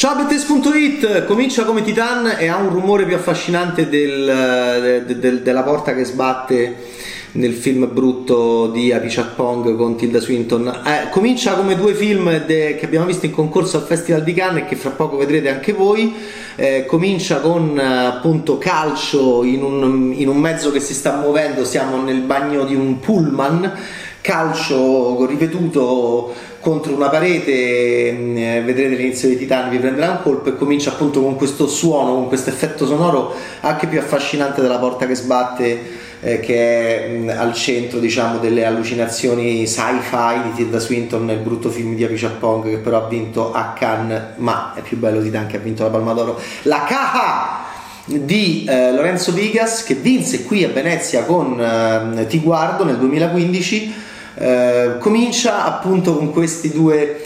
Ciao Bettes.it, comincia come Titan e ha un rumore più affascinante della porta che sbatte nel film brutto di Happy Chat Pong con Tilda Swinton. Comincia come due film che abbiamo visto in concorso al Festival di Cannes e che fra poco vedrete anche voi. Comincia con appunto calcio in un mezzo che si sta muovendo, siamo nel bagno di un pullman, calcio ripetuto contro una parete, vedrete l'inizio di Titan, vi prenderà un colpo e comincia appunto con questo suono, con questo effetto sonoro anche più affascinante della porta che sbatte, che è al centro, diciamo, delle allucinazioni sci-fi di Tilda Swinton nel brutto film di Happy Chat Pong, che però ha vinto a Cannes, ma è più bello Titan che ha vinto la Palma d'Oro. La Caja di Lorenzo Vigas, che vinse qui a Venezia con Ti guardo nel 2015. Comincia appunto con queste due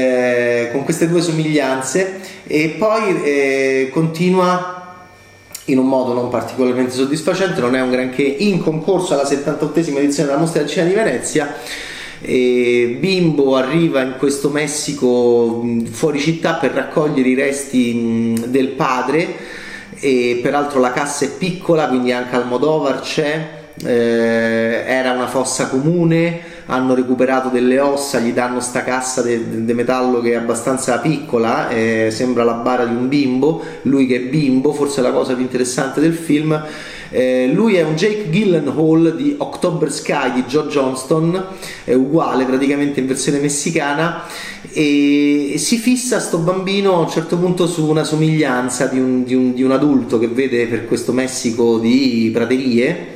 somiglianze e poi continua in un modo non particolarmente soddisfacente. Non è un granché. In concorso alla 78esima edizione della Mostra del Cinema di Venezia, Bimbo arriva in questo Messico fuori città per raccogliere i resti del padre, e peraltro la cassa è piccola, quindi anche Almodovar c'è. Era una fossa comune, hanno recuperato delle ossa, gli danno sta cassa di metallo che è abbastanza piccola, sembra la bara di un bimbo, lui che è Bimbo, forse è la cosa più interessante del film. Lui è un Jake Gyllenhaal di October Sky di Joe Johnston, è uguale praticamente in versione messicana, e si fissa sto bambino a un certo punto su una somiglianza di un adulto che vede per questo Messico di praterie.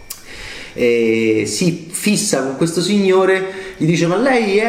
Si fissa con questo signore, gli dice ma lei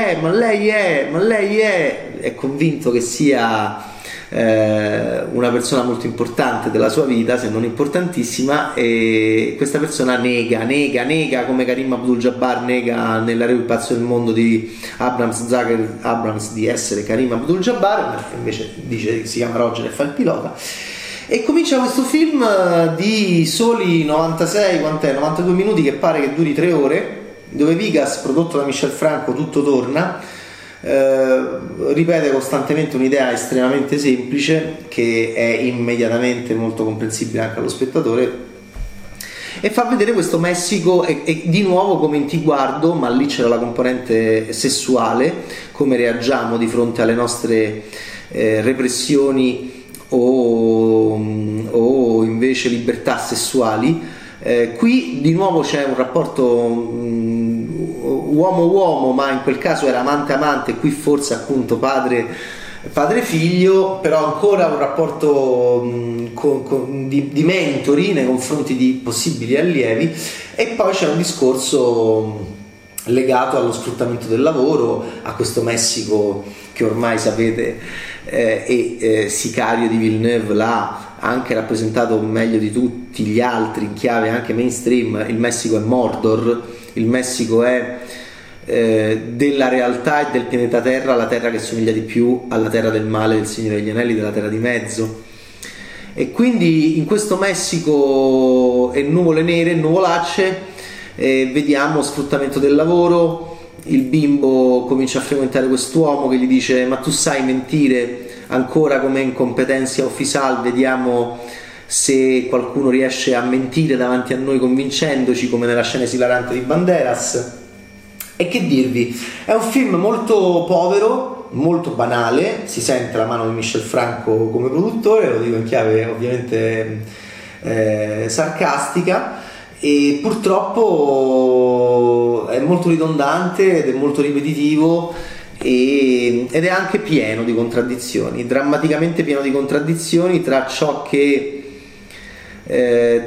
è convinto che sia una persona molto importante della sua vita, se non importantissima, e questa persona nega come Karim Abdul-Jabbar nega nella Re il pazzo del mondo di Abrams di essere Karim Abdul-Jabbar, invece dice che si chiama Roger e fa il pilota. E comincia questo film di soli 92 minuti, che pare che duri 3 ore, dove Vigas, prodotto da Michel Franco, tutto torna, ripete costantemente un'idea estremamente semplice che è immediatamente molto comprensibile anche allo spettatore, e fa vedere questo Messico e di nuovo come in Ti guardo, ma lì c'era la componente sessuale, come reagiamo di fronte alle nostre repressioni o invece libertà sessuali. Qui di nuovo c'è un rapporto uomo-uomo, ma in quel caso era amante-amante, qui forse appunto padre-figlio, però ancora un rapporto di mentori nei confronti di possibili allievi. E poi c'è un discorso legato allo sfruttamento del lavoro, a questo Messico che ormai sapete Sicario di Villeneuve l'ha anche rappresentato meglio di tutti gli altri in chiave anche mainstream. Il Messico è Mordor, il Messico è della realtà e del pianeta Terra la terra che somiglia di più alla terra del male del Signore degli Anelli, della Terra di Mezzo. E quindi in questo Messico e nuvole nere, nuvolacce, vediamo sfruttamento del lavoro. Il bimbo comincia a frequentare quest'uomo che gli dice ma tu sai mentire ancora come incompetenza ufficial, vediamo se qualcuno riesce a mentire davanti a noi convincendoci, come nella scena esilarante di Banderas. E che dirvi, è un film molto povero, molto banale, si sente la mano di Michel Franco come produttore, lo dico in chiave ovviamente sarcastica, e purtroppo è molto ridondante ed è molto ripetitivo ed è anche pieno di contraddizioni, drammaticamente pieno di contraddizioni tra ciò che e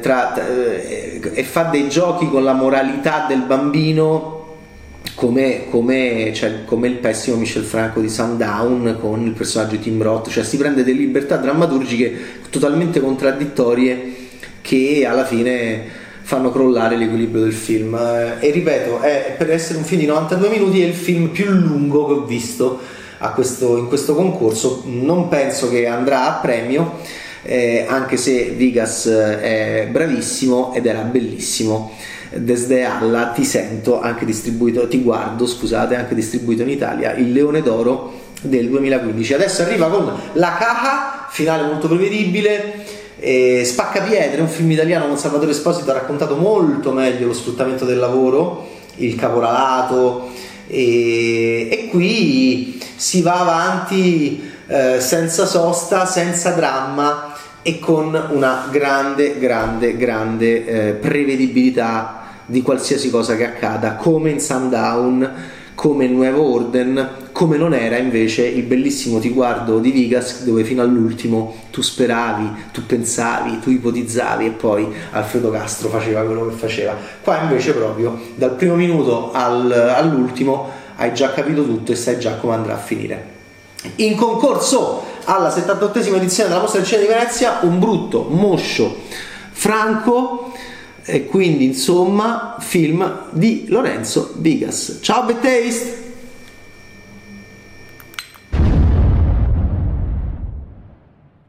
fa dei giochi con la moralità del bambino, come il pessimo Michel Franco di Sundown con il personaggio di Tim Roth, cioè si prende delle libertà drammaturgiche totalmente contraddittorie che alla fine fanno crollare l'equilibrio del film. E ripeto, per essere un film di 92 minuti è il film più lungo che ho visto in questo concorso. Non penso che andrà a premio, anche se Vigas è bravissimo ed era bellissimo. Desde alla Ti sento, anche distribuito, Ti guardo, scusate, anche distribuito in Italia. Il Leone d'Oro del 2015. Adesso arriva con La Caja, finale molto prevedibile, Spaccapietre, un film italiano con Salvatore Esposito, ha raccontato molto meglio lo sfruttamento del lavoro, il caporalato, e qui si va avanti senza sosta, senza dramma e con una grande prevedibilità di qualsiasi cosa che accada, come in Sundown, come in Nuevo Orden, come non era invece il bellissimo Ti guardo di Vigas, dove fino all'ultimo tu speravi, tu pensavi, tu ipotizzavi e poi Alfredo Castro faceva quello che faceva. Qua invece proprio dal primo minuto all'ultimo hai già capito tutto e sai già come andrà a finire. In concorso alla 78esima edizione della Mostra del Cinema di Venezia Un brutto moscio franco, e quindi insomma film di Lorenzo Vigas. Ciao Bad Taste!